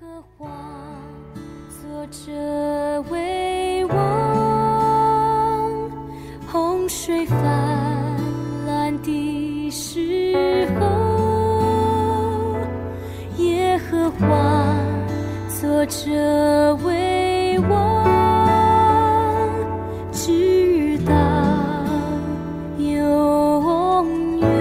和华作者为王，洪水泛滥的时候，耶和华作者为王，直到永远。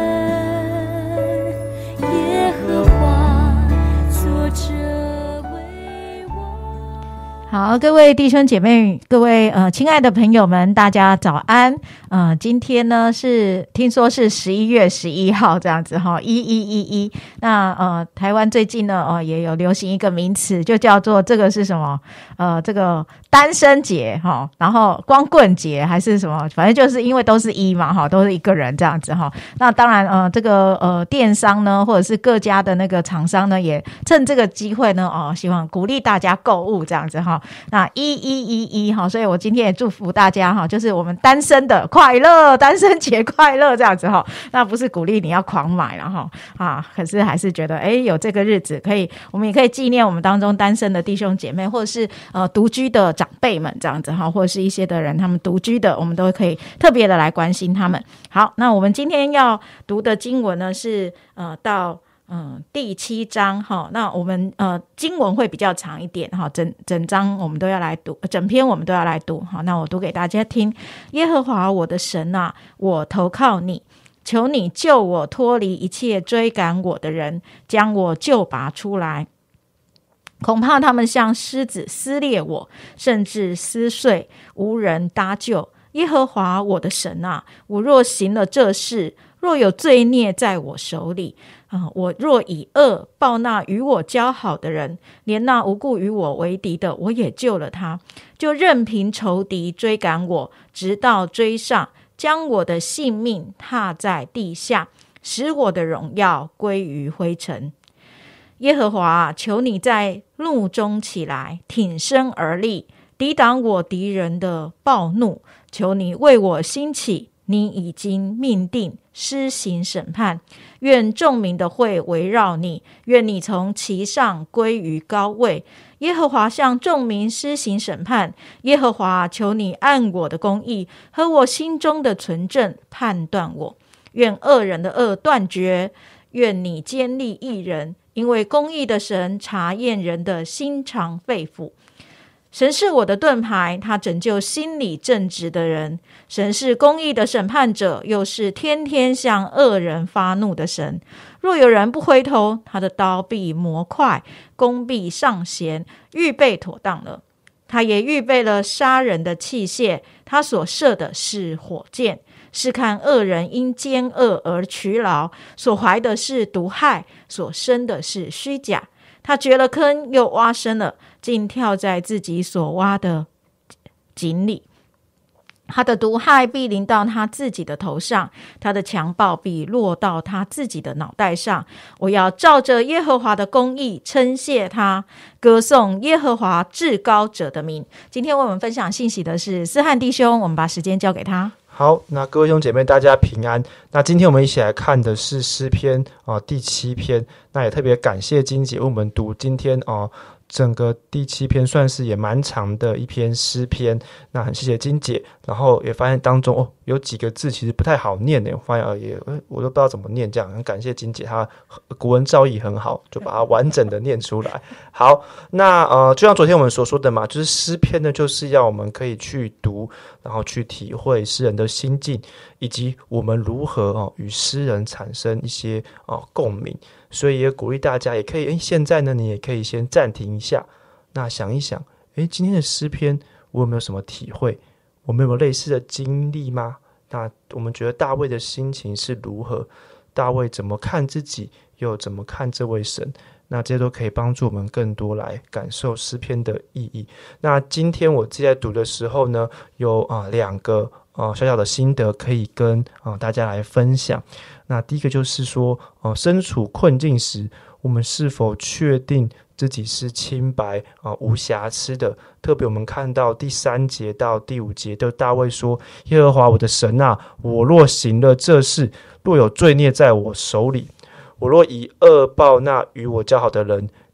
耶和华作者为王。 好，各位弟兄姐妹，各位亲爱的朋友们，大家早安。今天呢是听说是11月11号这样子哈，1111。那台湾最近呢也有流行一个名词，就叫做这个是什么？这个单身节哈，然后光棍节还是什么，反正就是因为都是一嘛哈，都是一个人这样子哈。那当然这个电商呢，或者是各家的那个厂商呢，也趁这个机会呢希望鼓励大家购物这样子哈。那1111哈，所以我今天也祝福大家哈，就是我们单身的快乐，单身节快乐这样子哈。那不是鼓励你要狂买了哈可是还是觉得有这个日子可以，我们也可以纪念我们当中单身的弟兄姐妹，或者是独居的长辈们这样子哈，或者是一些的人他们独居的，我们都可以特别的来关心他们。好，那我们今天要读的经文呢是到第7章哈，那我们经文会比较长一点哈，整章我们都要来读，整篇我们都要来读哈。那我读给大家听。耶和华我的神啊，我投靠你，求你救我脱离一切追赶我的人，将我救拔出来。恐怕他们像狮子撕裂我，甚至撕碎，无人搭救。耶和华我的神啊，我若行了这事，若有罪孽在我手里我若以恶报那与我交好的人，连那无故与我为敌的，我也救了他，就任凭仇敌追赶我，直到追上，将我的性命踏在地下，使我的荣耀归于灰尘。耶和华求你在怒中起来，挺身而立，抵挡我敌人的暴怒。求你为我兴起，你已经命定施行审判。愿众民的会围绕你，愿你从其上归于高位。耶和华向众民施行审判。耶和华求你按我的公义和我心中的纯正判断我。愿恶人的恶断绝，愿你坚立义人，因为公义的神查验人的心肠肺腑。神是我的盾牌，他拯救心里正直的人。神是公义的审判者，又是天天向恶人发怒的神。若有人不回头，他的刀必磨快，弓必上弦，预备妥当了。他也预备了杀人的器械，他所射的是火箭。是看恶人因奸恶而劬劳，所怀的是毒害，所生的是虚假。他掘了坑，又挖深了，竟跳在自己所挖的井里。他的毒害必临到他自己的头上，他的强暴必落到他自己的脑袋上。我要照着耶和华的公义称谢他，歌颂耶和华至高者的名。今天为我们分享信息的是思翰弟兄，我们把时间交给他。 好，那各位兄姐妹大家平安。那今天我们一起来看的是诗篇第7篇。那也特别感谢金姐为我们读今天整个第7篇算是也蛮长的一篇诗篇，那很谢谢金姐。然后也发现当中有几个字其实不太好念的，我发现我都不知道怎么念，这样很感谢金姐，她国文造诣很好，就把它完整的念出来。好，那就像昨天我们所说的嘛，就是诗篇呢就是要我们可以去读，然后去体会诗人的心境，以及我们如何与诗人产生一些共鸣。所以也鼓励大家也可以现在呢你也可以先暂停一下，那想一想今天的诗篇我有没有什么体会，我们有没有类似的经历吗？那我们觉得大卫的心情是如何，大卫怎么看自己，又怎么看这位神，那这些都可以帮助我们更多来感受诗篇的意义。那今天我自己在读的时候呢，有2个小小的心得可以跟大家来分享。那第一个就是说身处困境时，我们是否确定自己是清白无瑕疵的。特别我们看到第3节到第5节的大卫说，耶和华我的神啊，我若行了这事，若有罪孽在我手里，我若以恶报那与我交好的人，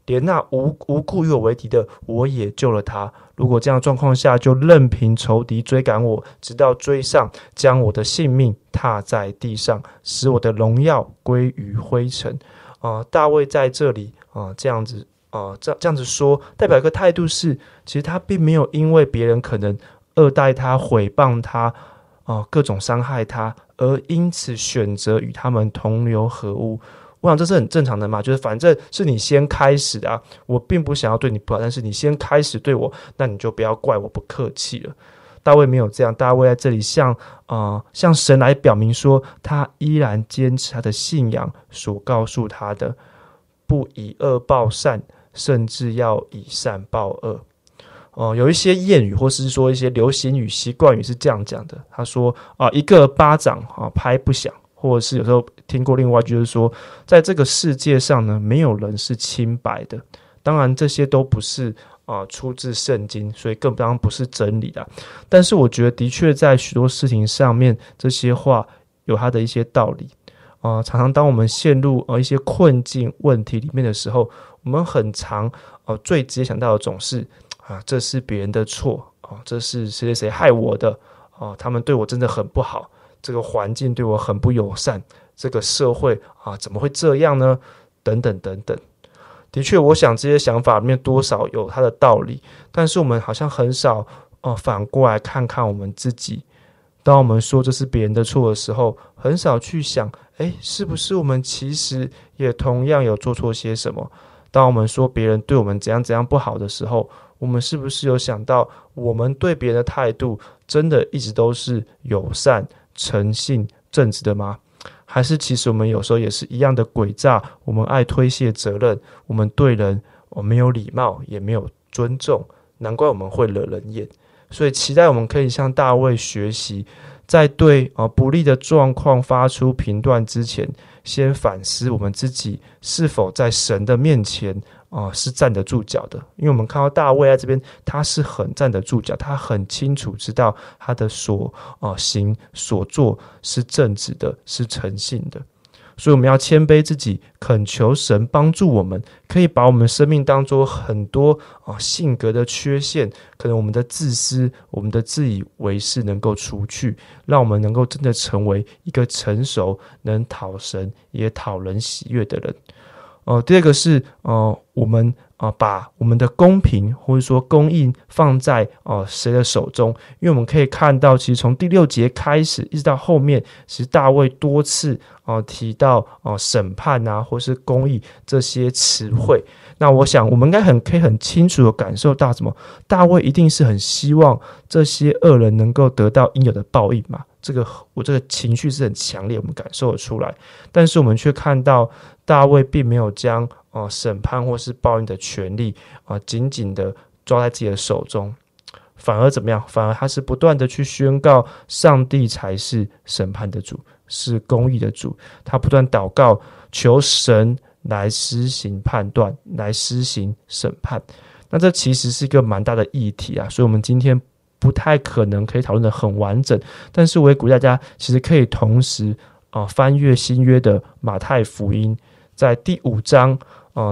连那无故与我为敌的，我也救了他。如果这样的状况下，就任凭仇敌追赶我，直到追上，将我的性命踏在地上，使我的荣耀归于灰尘。大卫在这里这样子说，代表一个态度是，其实他并没有因为别人可能恶待他、毁谤他、各种伤害他，而因此选择与他们同流合污。我想这是很正常的嘛，就是反正是你先开始的我并不想要对你不好，但是你先开始对我，那你就不要怪我不客气了。大卫没有这样，大卫在这里向神来表明说，他依然坚持他的信仰所告诉他的，不以恶报善，甚至要以善报恶。有一些谚语或是说一些流行语、习惯语是这样讲的，他说一个巴掌拍不响，或者是有时候听过另外一句，就是说在这个世界上呢，没有人是清白的。当然这些都不是出自圣经，所以更当然不是真理的。但是我觉得的确在许多事情上面，这些话有它的一些道理。常常当我们陷入一些困境问题里面的时候，我们很常最直接想到的总是这是别人的错这是谁谁谁害我的他们对我真的很不好，这个环境对我很不友善，这个社会怎么会这样呢？等等等等。的确，我想这些想法里面多少有它的道理，但是我们好像很少反过来看看我们自己。当我们说这是别人的错的时候，很少去想是不是我们其实也同样有做错些什么。当我们说别人对我们怎样怎样不好的时候，我们是不是有想到我们对别人的态度真的一直都是友善、诚信、正直的吗？还是其实我们有时候也是一样的诡诈，我们爱推卸责任，我们对人没有礼貌，也没有尊重，难怪我们会惹人厌。所以期待我们可以向大卫学习，在对不利的状况发出评断之前，先反思我们自己是否在神的面前是站得住脚的。因为我们看到大卫在这边，他是很站得住脚，他很清楚知道他的所行所做是正直的，是诚信的。所以我们要谦卑自己，恳求神帮助我们，可以把我们生命当中很多性格的缺陷，可能我们的自私，我们的自以为是能够除去，让我们能够真的成为一个成熟，能讨神也讨人喜悦的人。第二个是我们把我们的公平或者说公义放在谁的手中。因为我们可以看到，其实从第6节开始一直到后面，其实大卫多次提到审判或是公义这些词汇。那我想我们应该可以很清楚的感受到什么，大卫一定是很希望这些恶人能够得到应有的报应嘛。我这个情绪是很强烈，我们感受得出来。但是我们却看到大卫并没有将审判或是报应的权利紧紧的抓在自己的手中，反而怎么样？反而他是不断的去宣告上帝才是审判的主，是公义的主。他不断祷告，求神来施行判断，来施行审判。那这其实是一个蛮大的议题所以我们今天不太可能可以讨论的很完整，但是我也鼓励大家其实可以同时翻阅新约的马太福音，在第5章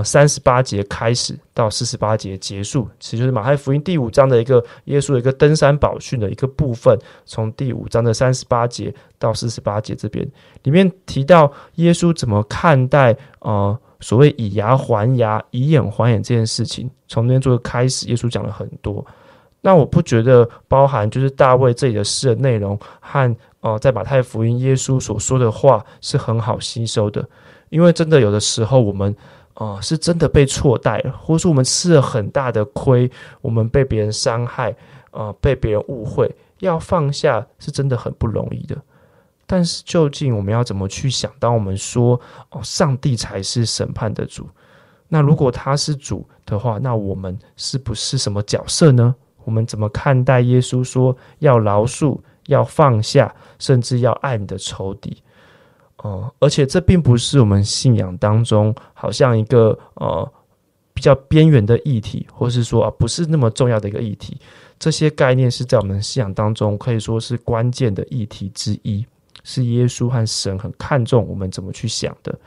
38节开始到48节结束，其实就是马太福音第5章的一个耶稣的一个登山宝训的一个部分，从第5章的38节到48节这边里面提到耶稣怎么看待所谓以牙还牙、以眼还眼这件事情。从那边做个开始，耶稣讲了很多。那我不觉得包含就是大卫这里的诗的内容和在马太福音耶稣所说的话是很好吸收的。因为真的有的时候我们是真的被错待了，或者说我们吃了很大的亏，我们被别人伤害被别人误会，要放下是真的很不容易的。但是究竟我们要怎么去想，当我们说上帝才是审判的主，那如果他是主的话，那我们是不是什么角色呢？我们怎么看待耶稣说要饶恕、要放下，甚至要爱你的仇敌？而且这并不是我们信仰当中好像一个比较边缘的议题，或是说不是那么重要的一个议题。这些概念是在我们信仰当中可以说是关键的议题之一，是耶稣和神很看重我们怎么去想的。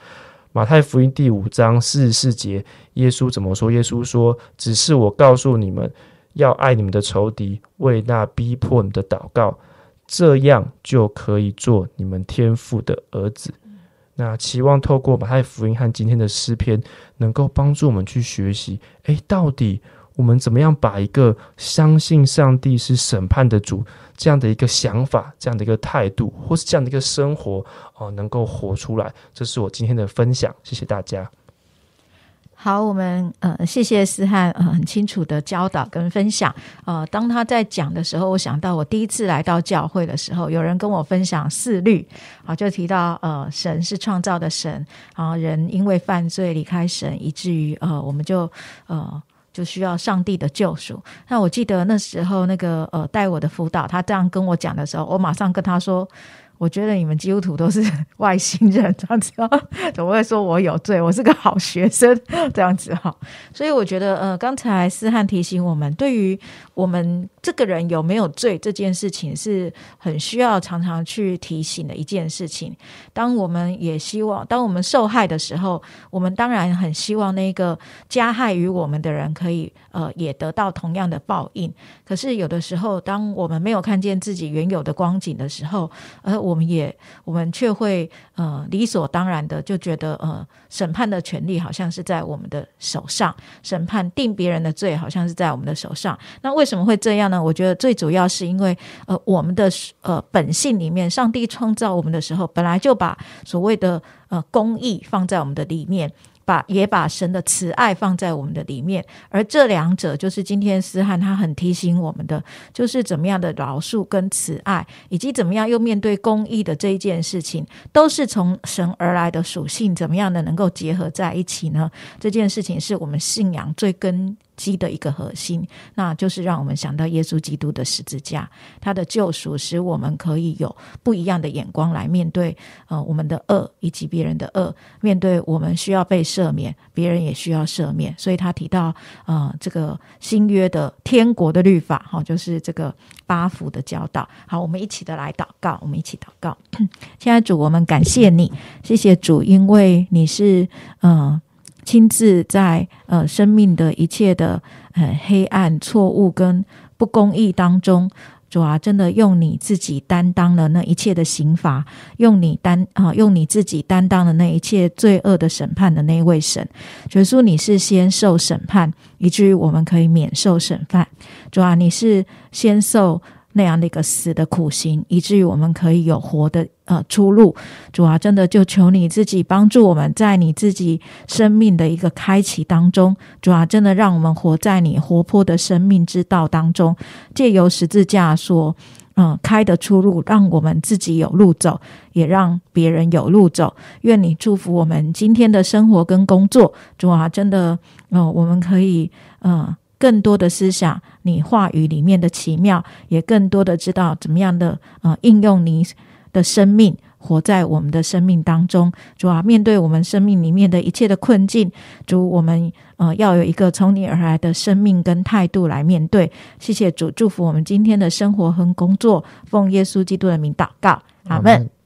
马太福音第5章44节，耶稣怎么说？耶稣说：只是我告诉你们，要爱你们的仇敌，为那逼迫你们的祷告，这样就可以做你们天父的儿子。那期望透过马太福音和今天的诗篇，能够帮助我们去学习，到底我们怎么样把一个相信上帝是审判的主这样的一个想法，这样的一个态度，或是这样的一个生活能够活出来。这是我今天的分享，谢谢大家。 好，我们谢谢思翰很清楚的教导跟分享。当他在讲的时候，我想到我第一次来到教会的时候，有人跟我分享4律，就提到神是创造的神，然后人因为犯罪离开神，以至于我们就需要上帝的救赎。那我记得那时候那个带我的辅导，他这样跟我讲的时候，我马上跟他说，我觉得你们基督徒都是外星人，这样子怎么会说我有罪？我是个好学生，这样子哈。所以我觉得刚才思翰提醒我们，对于我们这个人有没有罪这件事情，是很需要常常去提醒的一件事情。当我们受害的时候，我们当然很希望那个加害于我们的人可以也得到同样的报应。可是有的时候，当我们没有看见自己原有的光景的时候，我们却会理所当然的就觉得审判的权利好像是在我们的手上，审判定别人的罪好像是在我们的手上。那为什么会这样呢？我觉得最主要是因为我们的本性里面，上帝创造我们的时候本来就把所谓的公义放在我们的里面，也把神的慈爱放在我们的里面，而这两者就是今天思翰他很提醒我们的，就是怎么样的饶恕跟慈爱，以及怎么样又面对公义的这一件事情，都是从神而来的属性，怎么样的能够结合在一起呢？这件事情是我们信仰最根基的一个核心，那就是让我们想到耶稣基督的十字架，他的救赎使我们可以有不一样的眼光来面对我们的恶以及别人的恶，面对我们需要被赦免，别人也需要赦免。所以他提到这个新约的天国的律法，就是这个8福的教导。好，我们一起的来祷告，我们一起祷告。现在主，我们感谢你，谢谢主，因为你是亲自在生命的一切的黑暗、错误跟不公义当中，主啊，真的用你自己担当了那一切的刑罚，用你自己担当了那一切罪恶的审判的那一位神。耶稣，你是先受审判，以至于我们可以免受审判。主啊，你是先受那样的一个死的苦刑，以至于我们可以有活的出路。主啊，真的就求你自己帮助我们，在你自己生命的一个开启当中，主啊，真的让我们活在你活泼的生命之道当中，借由十字架所开的出路，让我们自己有路走，也让别人有路走。愿你祝福我们今天的生活跟工作。主啊，真的我们可以更多的思想你话语里面的奇妙，也更多的知道怎么样的应用你的生命活在我们的生命当中。主啊，面对我们生命里面的一切的困境，主，我们要有一个从你而来的生命跟态度来面对。谢谢主，祝福我们今天的生活和工作，奉耶稣基督的名祷告，阿们。